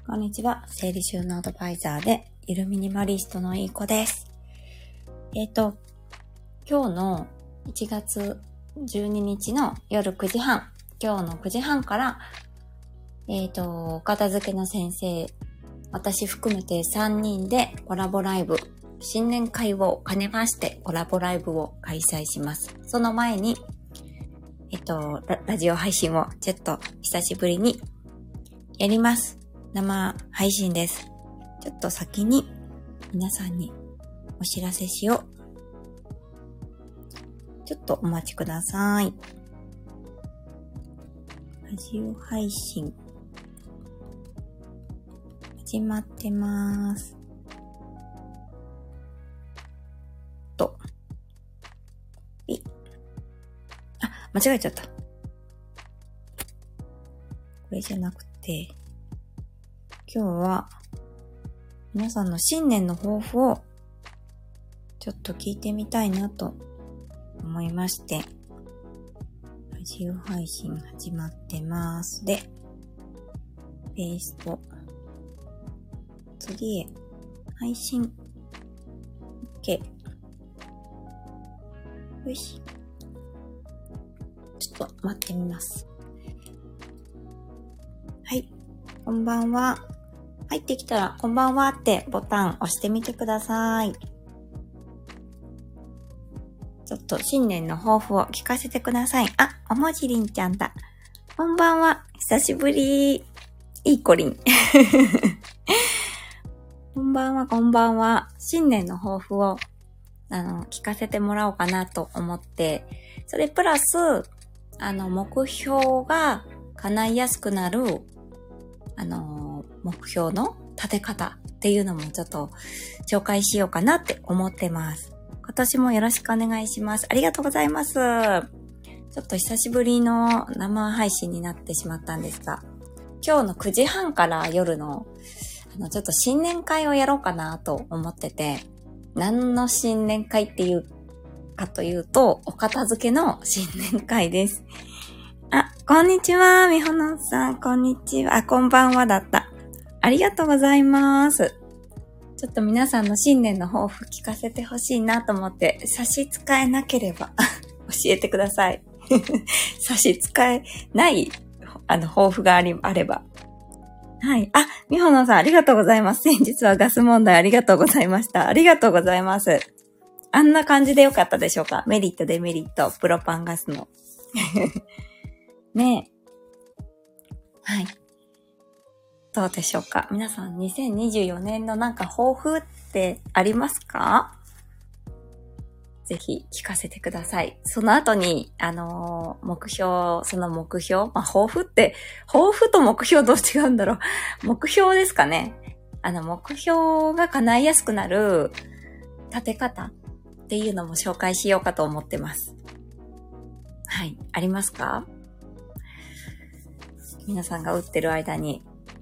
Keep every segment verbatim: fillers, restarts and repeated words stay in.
こんにちは。整理収納アドバイザーで、ゆるミニマリストのいい子です。えっと、今日のいちがつじゅうににちの夜くじはん、今日のくじはんから、えっと、お片付けの先生、私含めてさんにんでコラボライブ、新年会を兼ねましてコラボライブを開催します。その前に、えっと、ラ, ラジオ配信をちょっと久しぶりにやります。生配信です。ちょっと先に皆さんにお知らせしよう。ちょっとお待ちください。ラジオ配信始まってます。と。えあ、間違えちゃった。これじゃなくて、今日は皆さんの新年の抱負をちょっと聞いてみたいなと思いまして、ラジオ配信始まってます。で、ペースト、次へ配信 OK。 よし、ちょっと待ってみます。はい、こんばんは。入ってきたらこんばんはってボタン押してみてください。ちょっと新年の抱負を聞かせてください。あ、おもじりんちゃんだ。こんばんは。久しぶり。いい子りん。こんばんは、こんばんは。新年の抱負をあの聞かせてもらおうかなと思って、それプラスあの目標が叶いやすくなるあの目標の立て方っていうのもちょっと紹介しようかなって思ってます。今年もよろしくお願いします。ありがとうございます。ちょっと久しぶりの生配信になってしまったんですが、今日のくじはんから夜のあのちょっと新年会をやろうかなと思ってて、何の新年会っていうかというと、お片付けの新年会です。あ、こんにちは、みほのさん、こんにちは。あ、こんばんはだった。ありがとうございます。ちょっと皆さんの新年の抱負聞かせてほしいなと思って、差し支えなければ教えてください。差し支えないあの抱負がありあれば。はい。あ、みほのさんありがとうございます。先日はガス問題ありがとうございました。ありがとうございます。あんな感じでよかったでしょうか？メリット、デメリット、プロパンガスの。ねえ。はい。どうでしょうか？皆さんにせんにじゅうよねんのなんか抱負ってありますか？ぜひ聞かせてください。その後に、あのー、目標、その目標、まあ、抱負って、抱負と目標どう違うんだろう。目標ですかね。あの、目標が叶いやすくなる立て方っていうのも紹介しようかと思ってます。はい。ありますか？皆さんが打ってる間に、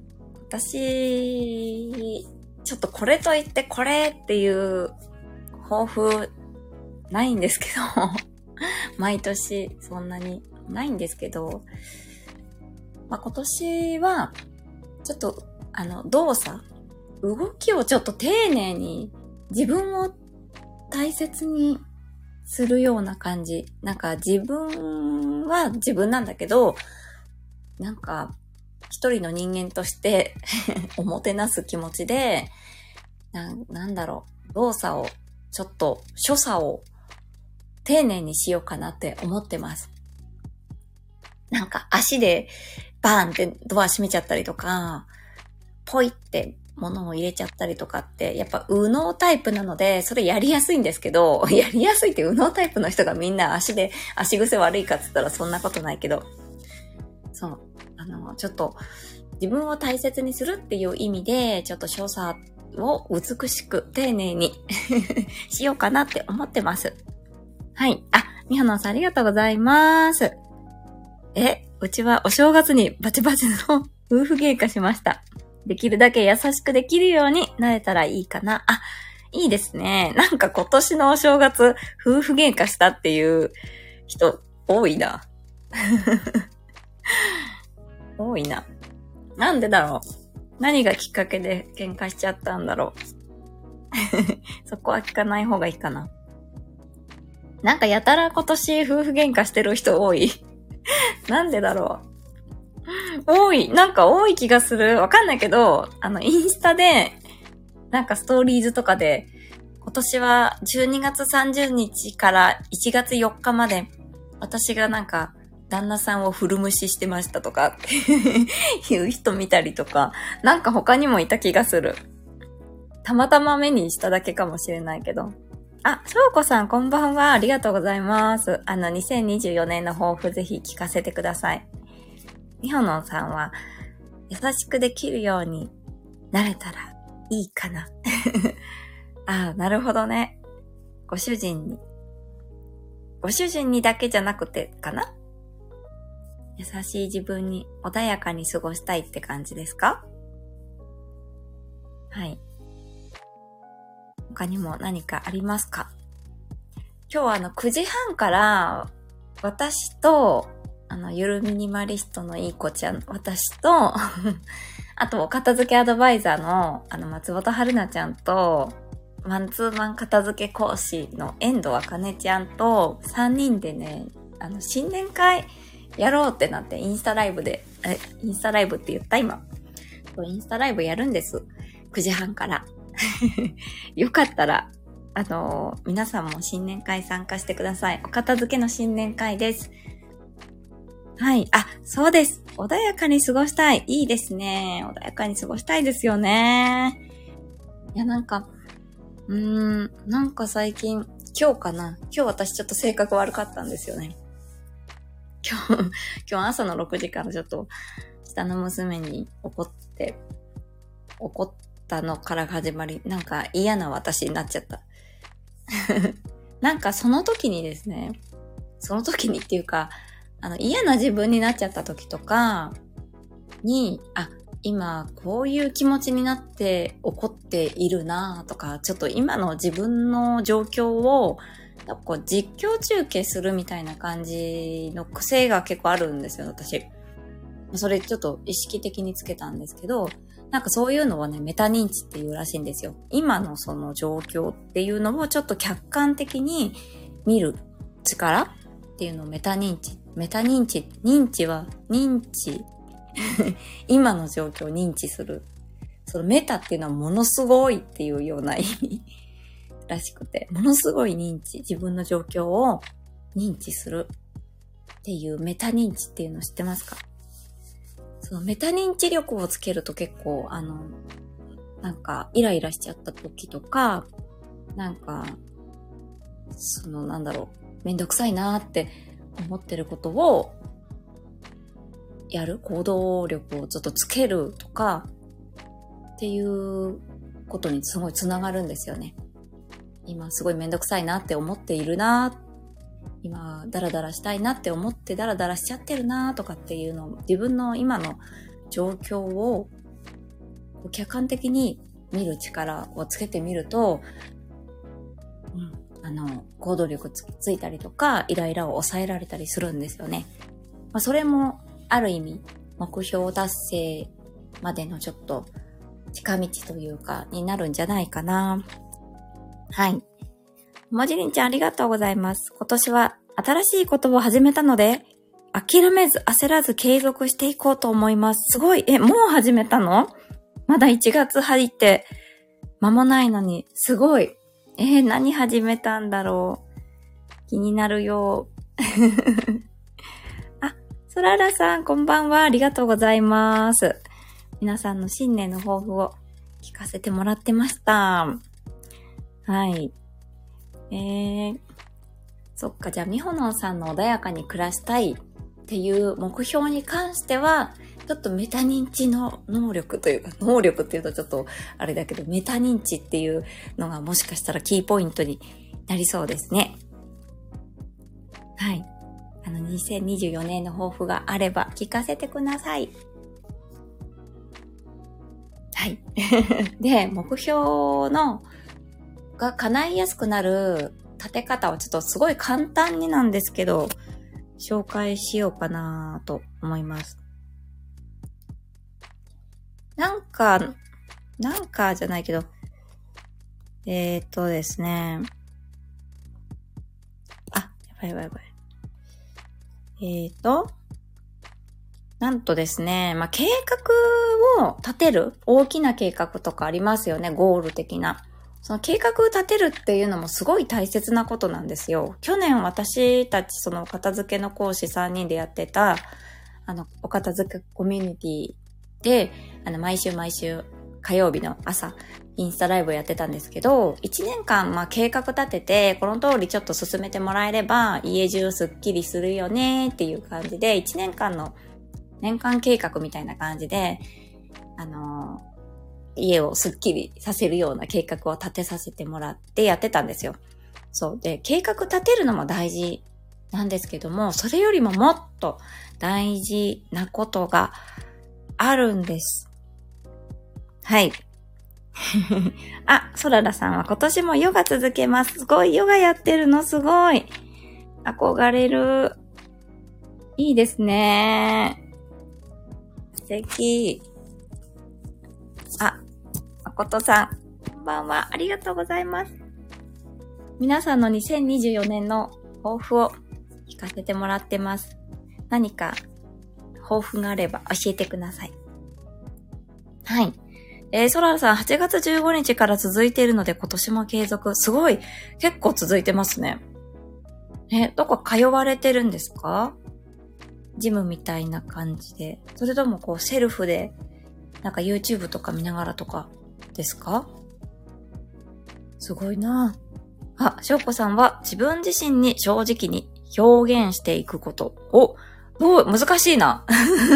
私、ちょっとこれと言ってこれっていう抱負ないんですけど、毎年そんなにないんですけど、まあ、今年はちょっとあの動作、動きをちょっと丁寧に自分を大切にするような感じ。なんか自分は自分なんだけど、なんか一人の人間としておもてなす気持ちでな、なんだろう、動作をちょっと所作を丁寧にしようかなって思ってます。なんか足でバーンってドア閉めちゃったりとか、ポイって物を入れちゃったりとかって、やっぱ右脳タイプなので、それやりやすいんですけど、やりやすいって右脳タイプの人がみんな足で、足癖悪いかって言ったらそんなことないけど、そう、あの、ちょっと自分を大切にするっていう意味で、ちょっと所作を美しく丁寧にしようかなって思ってます。はい。あ、みほのさんありがとうございます。え、うちはお正月にバチバチの夫婦喧嘩しました。できるだけ優しくできるようになれたらいいかな。あ、いいですね。なんか今年のお正月、夫婦喧嘩したっていう人多いな。多いな。なんでだろ何がきっかけで喧嘩しちゃったんだろう。そこは聞かない方がいいかな。なんかやたら今年夫婦喧嘩してる人多い。なんでだろう。多い。なんか多い気がする。わかんないけど、あの、インスタで、なんかストーリーズとかで、今年はじゅうにがつさんじゅうにちからいちがつよっかまで、私がなんか、旦那さんを古蒸ししてましたとかっていう人見たりとか、なんか他にもいた気がする。たまたま目にしただけかもしれないけど。あ、しょうこさんこんばんは。ありがとうございます。あの、にせんにじゅうよねんの抱負ぜひ聞かせてください。みほのんさんは、優しくできるようになれたらいいかな。ああ、なるほどね。ご主人に。ご主人にだけじゃなくてかな？優しい自分に穏やかに過ごしたいって感じですか？はい。他にも何かありますか？今日はあのくじはんから私とあのゆるミニマリストのいい子ちゃん、私とあとお片付けアドバイザーのあの松本春菜ちゃんとマンツーマン片付け講師の遠藤あかねちゃんとさんにんでね、あの新年会やろうってなってインスタライブで、え、インスタライブって言った今。インスタライブやるんです。くじはんから。よかったら、あのー、皆さんも新年会参加してください。お片付けの新年会です。はい。あ、そうです。穏やかに過ごしたい。いいですね。穏やかに過ごしたいですよね。いや、なんか、うーん、なんか最近、今日かな。今日私ちょっと性格悪かったんですよね。今日、今日朝のろくじからちょっと、下の娘に怒って、怒ったのから始まり、なんか嫌な私になっちゃった。なんかその時にですね、その時にっていうか、あの嫌な自分になっちゃった時とかに、あ、今こういう気持ちになって怒っているなとか、ちょっと今の自分の状況をこう実況中継するみたいな感じの癖が結構あるんですよ、私。それちょっと意識的につけたんですけど、なんかそういうのはね、メタ認知っていうらしいんですよ。今のその状況っていうのをちょっと客観的に見る力っていうのをメタ認知。メタ認知。認知は認知。今の状況を認知する。そのメタっていうのはものすごいっていうような意味らしくて、ものすごい認知。自分の状況を認知するっていうメタ認知っていうのを知ってますか？そのメタ認知力をつけると結構、あの、なんかイライラしちゃった時とか、なんか、そのなんだろう、めんどくさいなーって思ってることをやる、行動力をちょっとつけるとかっていうことにすごいつながるんですよね。今すごいめんどくさいなって思っているなー、今ダラダラしたいなって思ってダラダラしちゃってるなとかっていうのを、自分の今の状況を客観的に見る力をつけてみると、うん、あの行動力 つ, ついたりとかイライラを抑えられたりするんですよね。まあ、それもある意味目標達成までのちょっと近道というかになるんじゃないかな。はい。もじりんちゃんありがとうございます。今年は新しいことを始めたので、諦めず焦らず継続していこうと思います。すごい。え、もう始めたの？まだいちがつ入って間もないのに、すごい。えー、何始めたんだろう。気になるよ。あ、そららさんこんばんは。ありがとうございます。皆さんの新年の抱負を聞かせてもらってました。はい。えー、そっか、じゃあ、みほのんさんの穏やかに暮らしたいっていう目標に関しては、ちょっとメタ認知の能力というか、能力っていうとちょっとあれだけど、メタ認知っていうのがもしかしたらキーポイントになりそうですね。はい。あの、にせんにじゅうよねんの抱負があれば聞かせてください。はい。で、目標のが叶いやすくなる立て方はちょっとすごい簡単になんですけど、紹介しようかなと思います。 なんか、なんかじゃないけど、えーっとですね。あ、やばいやばいやばい。えーっと、なんとですね、まあ、計画を立てる大きな計画とかありますよね、ゴール的な。その計画を立てるっていうのもすごい大切なことなんですよ。去年私たちその片付けの講師さんにんでやってた、あの、お片付けコミュニティで、あの、毎週毎週火曜日の朝、インスタライブをやってたんですけど、いちねんかん、まあ、計画立てて、この通りちょっと進めてもらえれば、家中すっきりするよねっていう感じで、いちねんかんの年間計画みたいな感じで、あのー、家をすっきりさせるような計画を立てさせてもらってやってたんですよ。そう。で、計画立てるのも大事なんですけども、それよりももっと大事なことがあるんです。はい。あ、ソララさんは今年もヨガ続けます。すごい、ヨガやってるのすごい。憧れる。いいですね。素敵。あ、誠さん、こんばんは。ありがとうございます。皆さんのにせんにじゅうよねんの抱負を聞かせてもらってます。何か抱負があれば教えてください。はい。えー、ソララさん、はちがつじゅうごにちから続いているので今年も継続。すごい、結構続いてますね。え、どこ通われてるんですか？ジムみたいな感じで。それともこうセルフで、なんか YouTube とか見ながらとかですか？すごいなぁ。あ、しょうこさんは自分自身に正直に表現していくことを、どう、難しいな。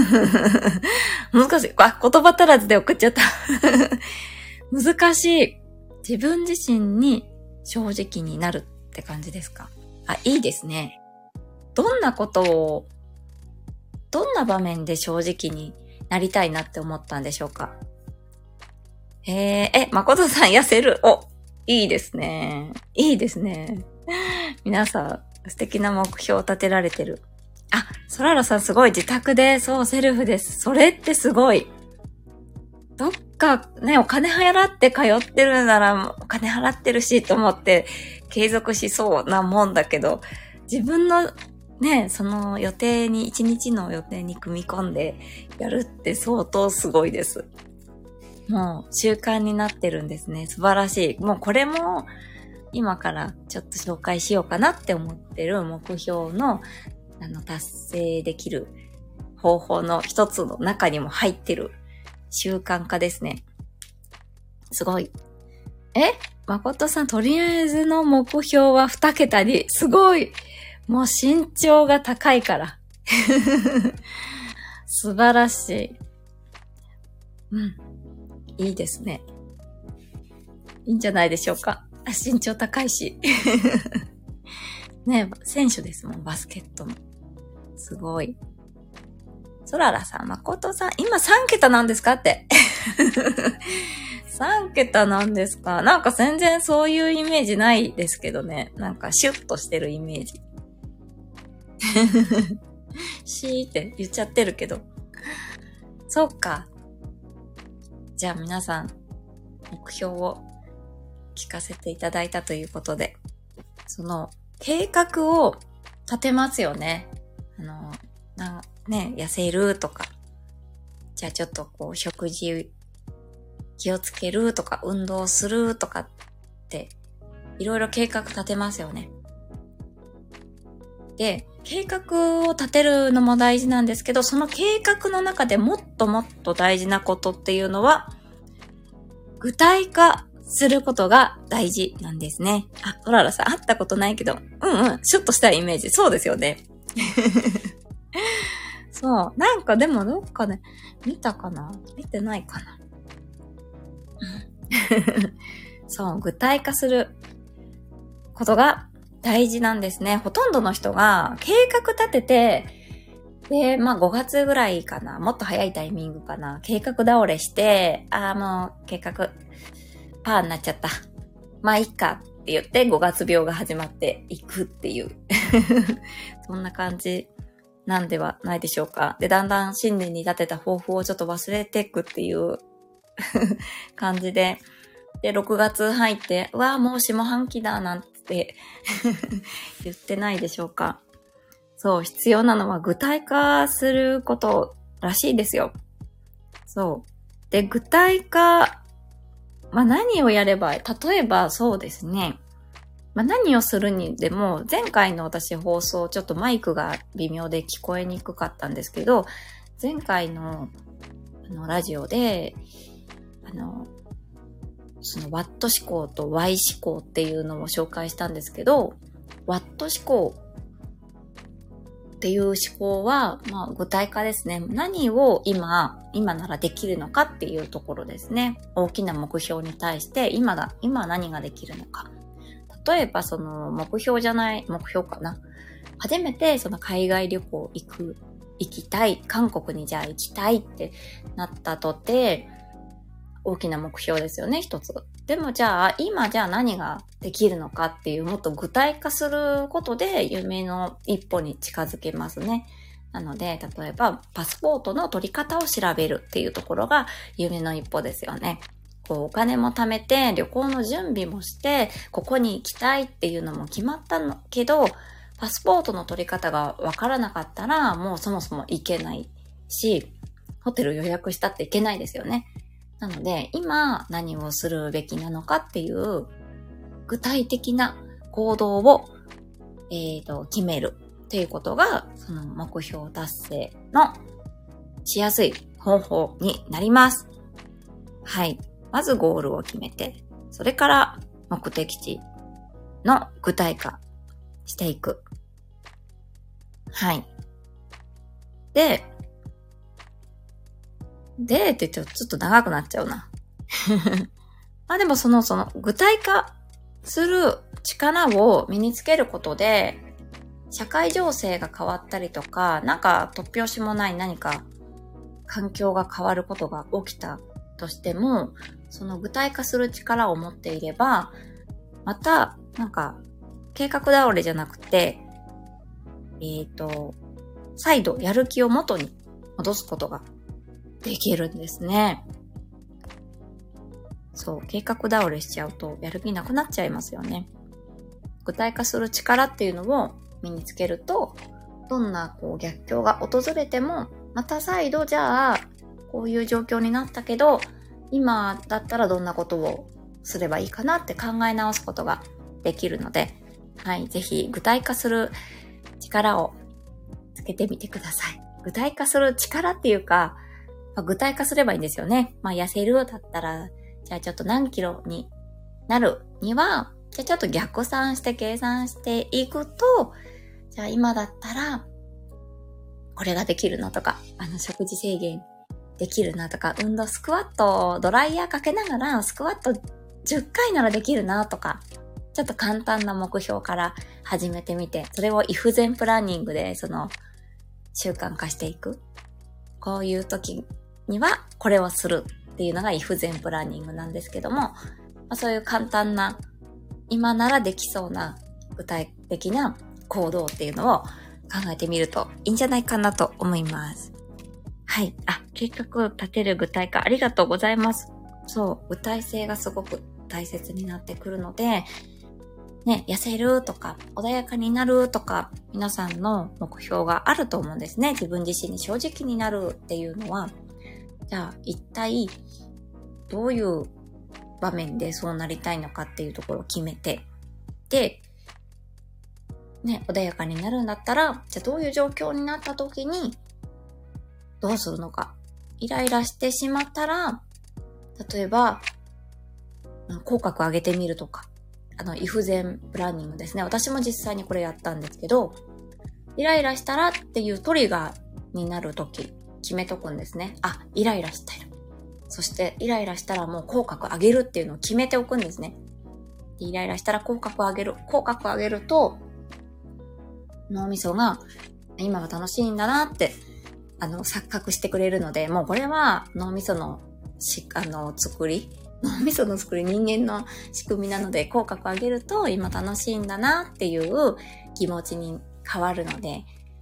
難しい。あ、言葉足らずで送っちゃった。難しい。自分自身に正直になるって感じですか？あ、いいですね。どんなことを、どんな場面で正直になりたいなって思ったんでしょうか？えー、え、誠さん痩せる。お、いいですね。いいですね。皆さん、素敵な目標を立てられてる。あ、ソララさんすごい自宅で、そう、セルフです。それってすごい。どっかね、お金払って通ってるなら、お金払ってるしと思って継続しそうなもんだけど、自分のね、その予定に、一日の予定に組み込んでやるって相当すごいです。もう習慣になってるんですね。素晴らしい。もうこれも今からちょっと紹介しようかなって思ってる目標のあの達成できる方法の一つの中にも入ってる習慣化ですね。すごい。え？誠さん、とりあえずの目標は二桁に、すごい。もう身長が高いから。素晴らしい。うん。いいですね。いいんじゃないでしょうか。身長高いし。ねえ、選手ですもん、バスケットの。すごい。ソララさん、誠さん、今さん桁なんですかって。さん桁なんですか？なんか全然そういうイメージないですけどね。なんかシュッとしてるイメージ。シーって言っちゃってるけど。そっか。じゃあ皆さん、目標を聞かせていただいたということで、その計画を立てますよね。あの、なね、痩せるとか、じゃあちょっとこう食事気をつけるとか、運動するとかって、いろいろ計画立てますよね。で、計画を立てるのも大事なんですけど、その計画の中でもっともっと大事なことっていうのは、具体化することが大事なんですね。あ、トララさん、会ったことないけど、うんうん、シュッとしたイメージ。そうですよね。そう。なんかでもどっかね、見たかな？見てないかな？そう、具体化することが大事なんですね。ほとんどの人が計画立てて、で、まあごがつぐらいかな、もっと早いタイミングかな、計画倒れして、ああもう計画パーになっちゃった。まあいいかって言ってごがつ病が始まっていくっていう。そんな感じなんではないでしょうか。で、だんだん新年に立てた抱負をちょっと忘れていくっていう感じで、で、ろくがつ入って、うわぁ、もう下半期だなんて言ってないでしょうか。そう、必要なのは具体化することらしいですよ。そう。で、具体化、まあ何をやれば、例えばそうですね。まあ何をするにでも、前回の私放送、ちょっとマイクが微妙で聞こえにくかったんですけど、前回のあのラジオで、あの、そのワット思考と Y 思考っていうのを紹介したんですけど、ワット思考っていう思考は、まあ具体化ですね。何を今、今ならできるのかっていうところですね。大きな目標に対して今が、今何ができるのか。例えばその目標じゃない、目標かな。初めてその海外旅行行く、行きたい、韓国にじゃあ行きたいってなったとて、大きな目標ですよね、一つ。でもじゃあ、今じゃあ何ができるのかっていう、もっと具体化することで夢の一歩に近づけますね。なので、例えば、パスポートの取り方を調べるっていうところが夢の一歩ですよね。こう、お金も貯めて、旅行の準備もして、ここに行きたいっていうのも決まったのけど、パスポートの取り方がわからなかったら、もうそもそも行けないし、ホテル予約したって行けないですよね。なので、今何をするべきなのかっていう具体的な行動を、えーと、決めるっていうことが、その目標達成のしやすい方法になります。はい。まずゴールを決めて、それから目的地の具体化していく。はい。で、でって言っちゃうとちょっと長くなっちゃうな。まあでもその、その具体化する力を身につけることで、社会情勢が変わったりとか、なんか突拍子もない何か環境が変わることが起きたとしても、その具体化する力を持っていれば、またなんか計画倒れじゃなくて、えっと、再度やる気を元に戻すことができるんですね。そう、計画倒れしちゃうとやる気なくなっちゃいますよね。具体化する力っていうのを身につけると、どんなこう逆境が訪れても、また再度じゃあ、こういう状況になったけど、今だったらどんなことをすればいいかなって考え直すことができるので、はい、ぜひ具体化する力をつけてみてください。具体化する力っていうか、まあ、具体化すればいいんですよね。まあ痩せるだったら、じゃあちょっと何キロになるには、じゃあちょっと逆算して計算していくと、じゃあ今だったら、これができるなとか、あの食事制限できるなとか、運動スクワット、ドライヤーかけながらスクワットじゅっかいならできるなとか、ちょっと簡単な目標から始めてみて、それをイフゼンプランニングでその習慣化していく。こういう時にはこれをするっていうのがイフゼンプランニングなんですけども、まあ、そういう簡単な、今ならできそうな具体的な行動っていうのを考えてみるといいんじゃないかなと思います。はい。あ、計画を立てる具体化ありがとうございます。そう、具体性がすごく大切になってくるので、ね、痩せるとか、穏やかになるとか、皆さんの目標があると思うんですね。自分自身に正直になるっていうのは、じゃあ一体どういう場面でそうなりたいのかっていうところを決めて、で、ね、穏やかになるんだったら、じゃあどういう状況になった時にどうするのか。イライラしてしまったら、例えば、口角上げてみるとか、あの、イフゼンプランニングですね。私も実際にこれやったんですけど、イライラしたらっていうトリガーになるとき、決めとくんですね。あ、イライラしてる。そして、イライラしたらもう口角上げるっていうのを決めておくんですね。イライラしたら口角上げる。口角上げると、脳みそが、今が楽しいんだなって、あの、錯覚してくれるので、もうこれは脳みそのし、あの、作り、脳みその作り、人間の仕組みなので、口角上げると今楽しいんだなっていう気持ちに変わるので、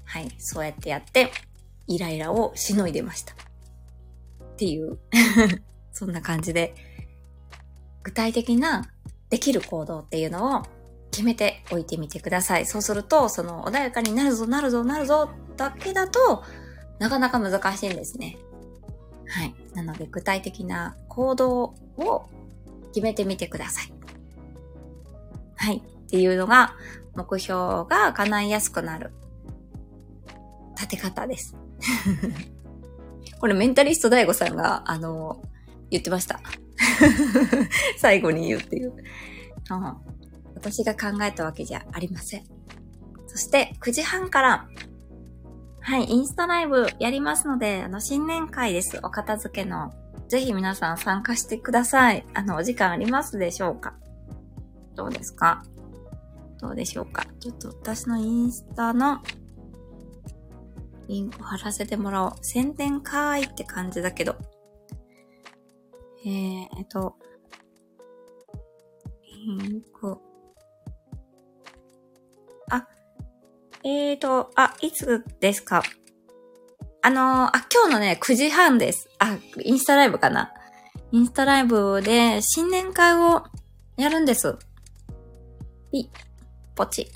はい、そうやってやって、イライラをしのいでました。っていう、そんな感じで、具体的なできる行動っていうのを決めておいてみてください。そうすると、その穏やかになるぞ、なるぞ、なるぞだけだと、なかなか難しいんですね。はい。なので、具体的な行動を決めてみてください。はい。っていうのが、目標が叶いやすくなる立て方です。これメンタリスト大悟さんが、あの、言ってました。最後に言うっていう、うん。私が考えたわけじゃありません。そして、くじはんから、はい、インスタライブやりますので、あの、新年会です。お片付けの。ぜひ皆さん参加してください。あの、お時間ありますでしょうか？どうですか？どうでしょうか？ちょっと私のインスタのリンク貼らせてもらおう。宣伝かーいって感じだけど。えーっと、リンク。あ、えーと、あ、いつですか？あのー、あ、今日のね、くじはんです。あ、インスタライブかな？インスタライブで新年会をやるんです。ピッ、ポチ。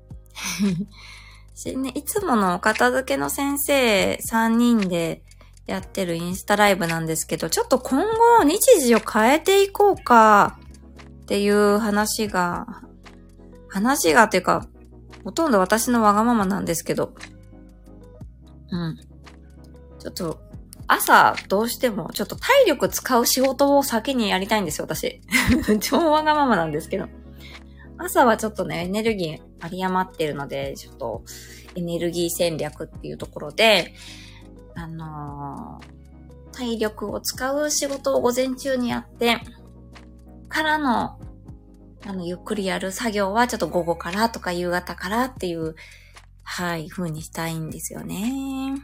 新年、いつものお片付けの先生さんにんでやってるインスタライブなんですけど、ちょっと今後日時を変えていこうかっていう話が、話がっていうか、ほとんど私のわがままなんですけど、うん。ちょっと、朝どうしても、ちょっと体力使う仕事を先にやりたいんですよ、私。超わがままなんですけど。朝はちょっとね、エネルギー有り余ってるので、ちょっと、エネルギー戦略っていうところで、あのー、体力を使う仕事を午前中にやって、からの、あの、ゆっくりやる作業はちょっと午後からとか夕方からっていう、はい、風にしたいんですよね。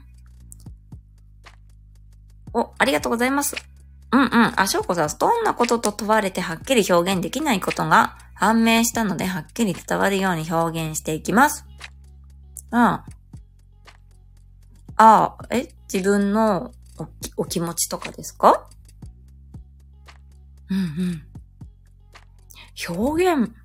お、ありがとうございます。うんうん。あ、しょうこさん、どんなことと問われてはっきり表現できないことが判明したので、はっきり伝わるように表現していきます。うん。ああ、え、自分のお、お気持ちとかですか？うんうん。表現。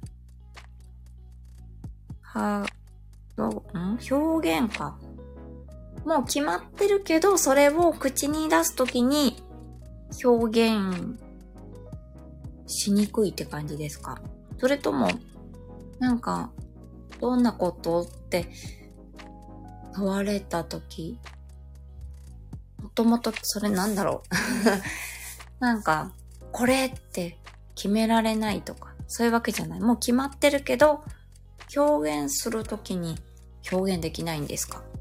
は、どう、ん表現か。もう決まってるけど、それを口に出すときに表現しにくいって感じですか？それとも、なんか、どんなことって問われたとき、もともとそれなんだろうなんか、これって決められないとか、そういうわけじゃない。もう決まってるけど、表現するときに表現できないんですか？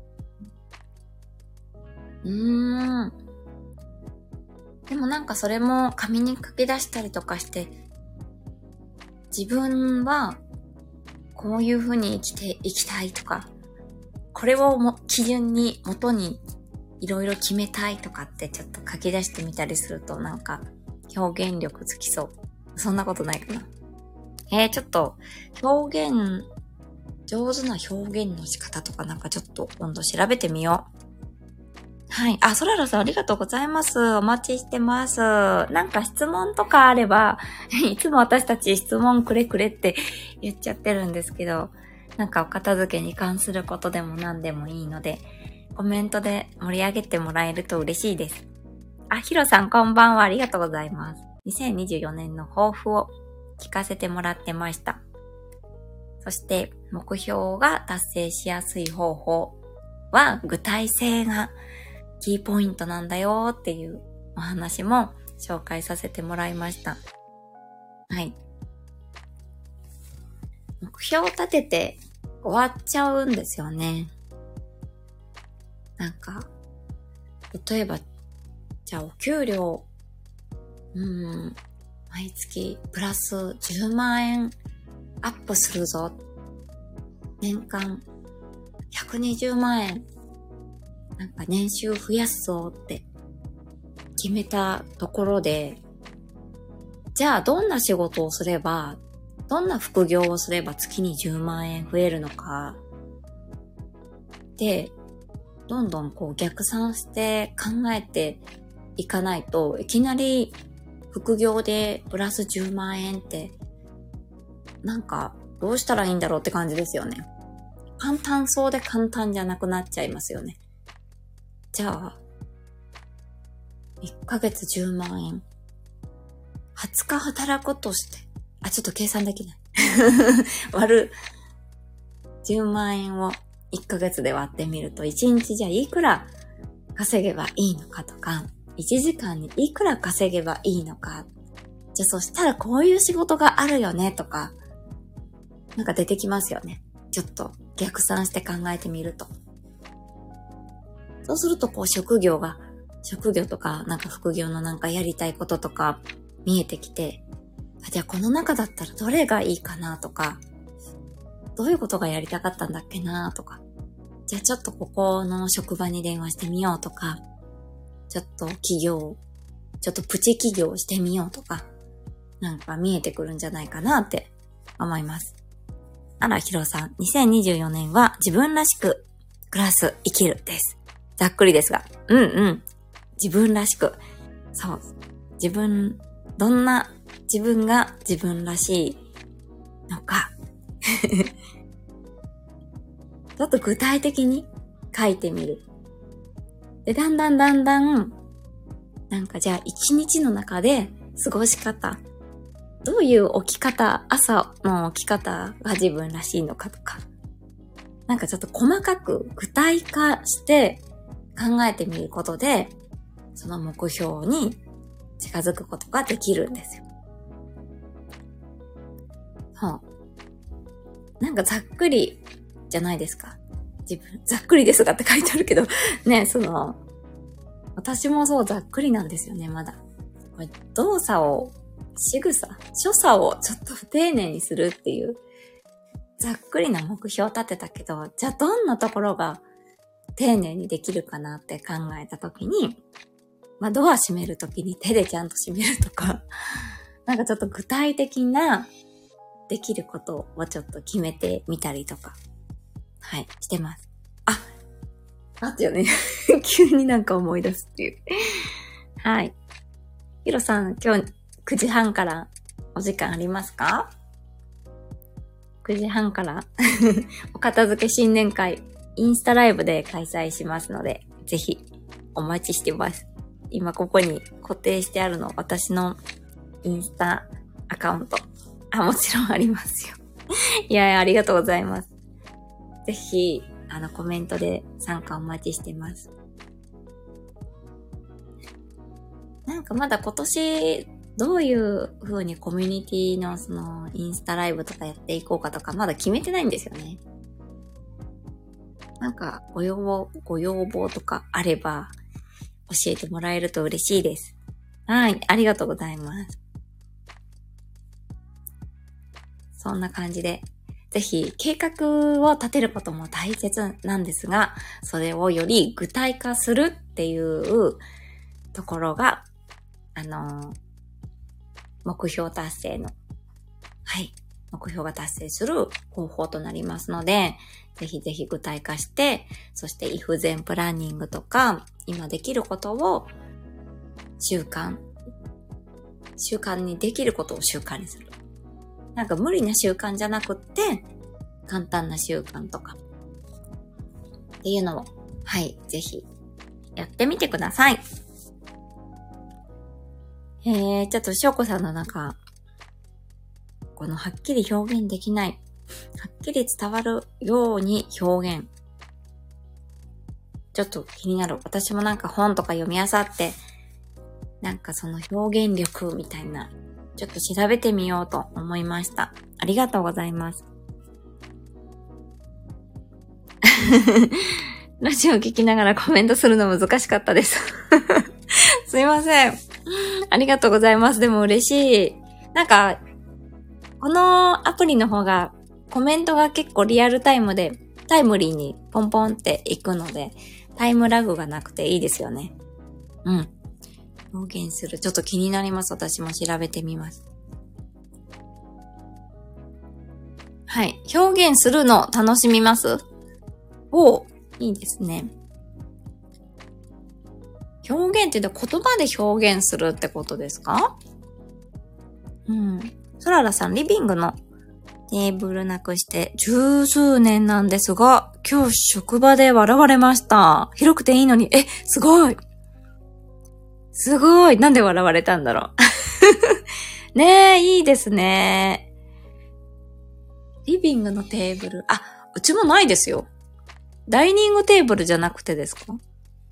うーん。でもなんかそれも紙に書き出したりとかして、自分はこういう風に生きていきたいとか、これをも基準に元にいろいろ決めたいとかってちょっと書き出してみたりするとなんか表現力つきそう。そんなことないかな。えー、ちょっと表現、上手な表現の仕方とかなんかちょっと今度調べてみよう。はい。あ、ソララさんありがとうございます。お待ちしてます。なんか質問とかあれば、いつも私たち質問くれくれって言っちゃってるんですけど、なんかお片付けに関することでも何でもいいので、コメントで盛り上げてもらえると嬉しいです。あ、ヒロさんこんばんは。ありがとうございます。にせんにじゅうよねんの抱負を聞かせてもらってました。そして、目標が達成しやすい方法は具体性がキーポイントなんだよっていうお話も紹介させてもらいました。はい。目標を立てて終わっちゃうんですよね。なんか、例えば、じゃあお給料、うーん、毎月プラスじゅうまんえんアップするぞ。年間ひゃくにじゅうまんえん。なんか年収増やすぞって決めたところで、じゃあどんな仕事をすれば、どんな副業をすれば月にじゅうまんえん増えるのか、 で、どんどんこう逆算して考えていかないと、いきなり副業でプラスじゅうまんえんって、なんかどうしたらいいんだろうって感じですよね。簡単そうで簡単じゃなくなっちゃいますよね。じゃあ、いっかげつじゅうまんえん。はつか働くとして、あ、ちょっと計算できない。割るじゅうまんえんをいっかげつで割ってみると、いちにちじゃあいくら稼げばいいのかとか、いちじかんにいくら稼げばいいのか。じゃあそしたらこういう仕事があるよねとか、なんか出てきますよね。ちょっと逆算して考えてみると。そうするとこう職業が、職業とかなんか副業のなんかやりたいこととか見えてきて、あ、じゃあこの中だったらどれがいいかなとか、どういうことがやりたかったんだっけなとか、じゃあちょっとここの職場に電話してみようとか、ちょっと企業、ちょっとプチ企業してみようとか、なんか見えてくるんじゃないかなって思います。あら、ヒロさん、にせんにじゅうよねんは自分らしく暮らす、生きるです。ざっくりですが。うんうん。自分らしく。そう。自分、どんな自分が自分らしいのか。ちょっと具体的に書いてみる。で、だんだんだんだん、なんかじゃあ一日の中で過ごし方、どういう起き方、朝の起き方が自分らしいのかとか、なんかちょっと細かく具体化して考えてみることで、その目標に近づくことができるんですよ。そう。なんかざっくりじゃないですか。自分、ざっくりですがって書いてあるけど、ね、その、私もそうざっくりなんですよね、まだ。これ動作を、仕草、所作をちょっと不丁寧にするっていう、ざっくりな目標を立てたけど、じゃあどんなところが丁寧にできるかなって考えたときに、まあドア閉めるときに手でちゃんと閉めるとか、なんかちょっと具体的なできることをちょっと決めてみたりとか、はい、してます。あ、あったよね。急になんか思い出すっていう。はい。ヒロさん、今日くじはんからお時間ありますか？ く 時半からお片付け新年会、インスタライブで開催しますので、ぜひお待ちしてます。今ここに固定してあるの、私のインスタアカウント。あ、もちろんありますよ。いやいや、ありがとうございます。ぜひ、あの、コメントで参加お待ちしてます。なんかまだ今年、どういう風にコミュニティのその、インスタライブとかやっていこうかとか、まだ決めてないんですよね。なんか、ご要望、ご要望とかあれば、教えてもらえると嬉しいです。はい、ありがとうございます。そんな感じで、ぜひ計画を立てることも大切なんですが、それをより具体化するっていうところが、あの、目標達成の、はい、目標が達成する方法となりますので、ぜひぜひ具体化して、そしてイフゼンプランニングとか、今できることを習慣、習慣にできることを習慣にする。なんか無理な習慣じゃなくって、簡単な習慣とか、っていうのを、はい、ぜひ、やってみてください。えー、ちょっとしょうこさんのなんか、このはっきり表現できない、はっきり伝わるように表現。ちょっと気になる。私もなんか本とか読み漁って、なんかその表現力みたいな、ちょっと調べてみようと思いました。ありがとうございます。ラジオ聞きながらコメントするの難しかったです。すいません。ありがとうございます。でも嬉しい。なんか、このアプリの方がコメントが結構リアルタイムでタイムリーにポンポンっていくので、タイムラグがなくていいですよね。うん。表現する。ちょっと気になります。私も調べてみます。はい。表現するの楽しみます？おう。 いいですね。表現って言うと言葉で表現するってことですか？うん。そららさん、リビングのテーブルなくして十数年なんですが、今日職場で笑われました。広くていいのに、え、すごいすごいなんで笑われたんだろうねえ、いいですね。リビングのテーブル。あ、うちもないですよ。ダイニングテーブルじゃなくてですか？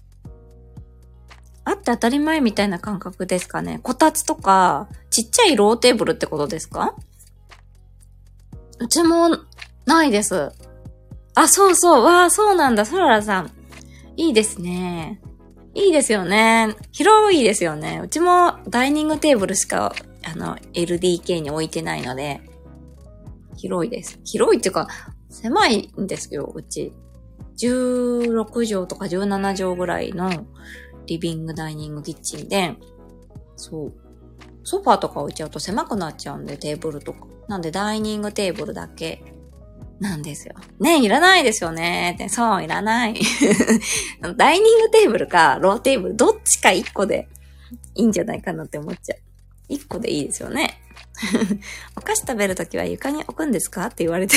あって当たり前みたいな感覚ですかね。こたつとか、ちっちゃいローテーブルってことですか？うちもないです。あ、そうそう。わあ、そうなんだ。ソララさん。いいですね。いいですよね。広いですよね。うちもダイニングテーブルしか、あの、エルディーケー に置いてないので、広いです。広いっていうか、狭いんですよ、うち。じゅうろくじょうとかじゅうななじょうぐらいのリビング、ダイニング、キッチンで、そう。ソファーとか置いちゃうと狭くなっちゃうんで、テーブルとか。なんでダイニングテーブルだけなんですよ。ねえ、いらないですよねって。そう、いらない。ダイニングテーブルかローテーブル、どっちか一個でいいんじゃないかなって思っちゃう。一個でいいですよね。お菓子食べるときは床に置くんですかって言われて。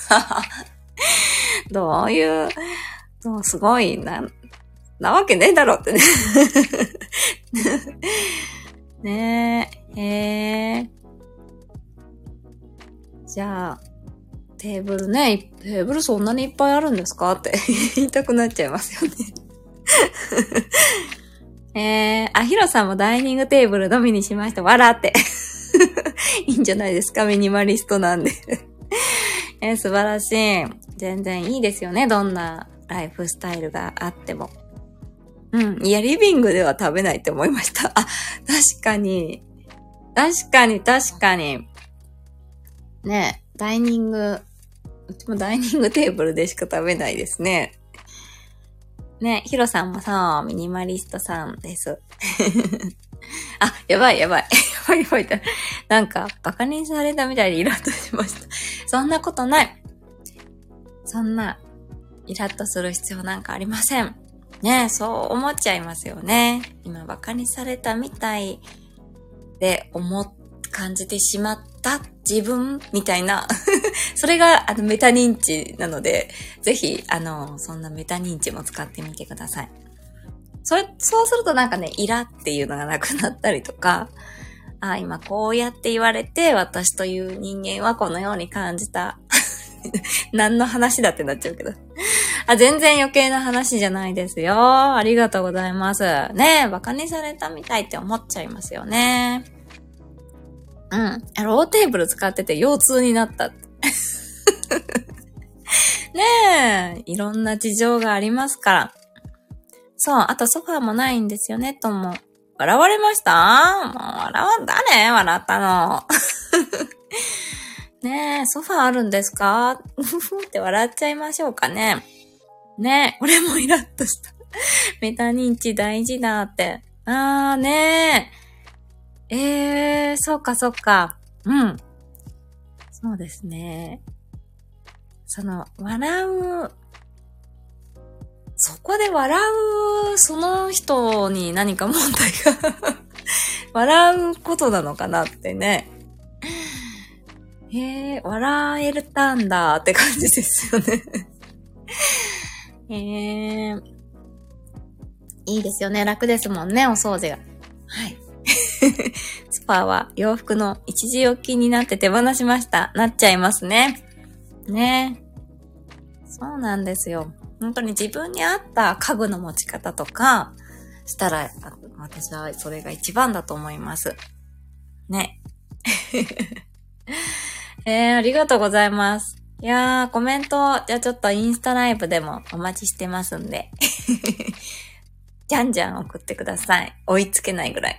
どういう、そう、すごいな、なわけねえだろってね。ねえ、へえ。じゃあ、テーブルね、テーブルそんなにいっぱいあるんですかって言いたくなっちゃいますよね。えー、あ、ヒロさんもダイニングテーブルのみにしました。笑って。いいんじゃないですか、ミニマリストなんで。えー、素晴らしい。全然いいですよね、どんなライフスタイルがあっても。うん。いや、リビングでは食べないって思いました。あ、確かに。確かに、確かに。ねえ、ダイニング、うちもダイニングテーブルでしか食べないですね。ねえ、ヒロさんもさ、ミニマリストさんです。あ、やばいやばい。やばいやばい。なんか、バカにされたみたいにイラッとしました。そんなことない。そんな、イラッとする必要なんかありません。ねえ、そう思っちゃいますよね。今、バカにされたみたいで思っ、感じてしまった自分みたいな。それが、あの、メタ認知なので、ぜひ、あの、そんなメタ認知も使ってみてください。それ、そうするとなんかね、イラっていうのがなくなったりとか、あ、今こうやって言われて、私という人間はこのように感じた。何の話だってなっちゃうけど。あ、全然余計な話じゃないですよ。ありがとうございます。ねえ、バカにされたみたいって思っちゃいますよね。うん。ローテーブル使ってて腰痛になった。ねえ、いろんな事情がありますから。そう、あとソファーもないんですよね、とも。笑われました？もう笑わ、誰笑ったの。ねえ、ソファーあるんですか？ふふって笑っちゃいましょうかね。ねえ、俺もイラッとした。メタ認知大事だって。あーねえ。えー、そうかそうか。うん。そうですね。その、笑う、そこで笑う、その人に何か問題が笑うことなのかなってね。へえ、笑えたんだって感じですよね。へえ、いいですよね。楽ですもんね、お掃除が。はい。スパは洋服の一時置きになって手放しました。なっちゃいますね。ね。そうなんですよ。本当に自分に合った家具の持ち方とかしたら、私はそれが一番だと思います。ね。えー、ありがとうございます。いやー、コメント、じゃあちょっとインスタライブでもお待ちしてますんで。じゃんじゃん送ってください。追いつけないぐらい。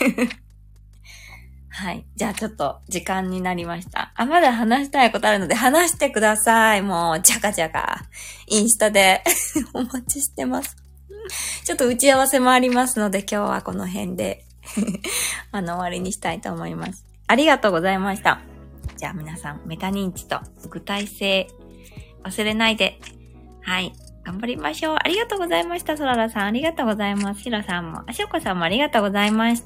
はい。じゃあちょっと時間になりました。あ、まだ話したいことあるので話してください。もう、じゃかじゃか。インスタでお待ちしてます。ちょっと打ち合わせもありますので、今日はこの辺であの、終わりにしたいと思います。ありがとうございました。じゃあ皆さん、メタ認知と具体性忘れないで。はい。 頑張りましょう。ありがとうございました。そららさん、ありがとうございます。ひろさんも、あしおこさんもありがとうございました。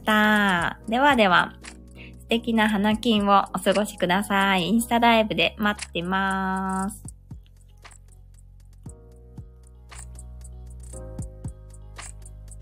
ではでは、素敵な花金をお過ごしください。インスタライブで待ってます。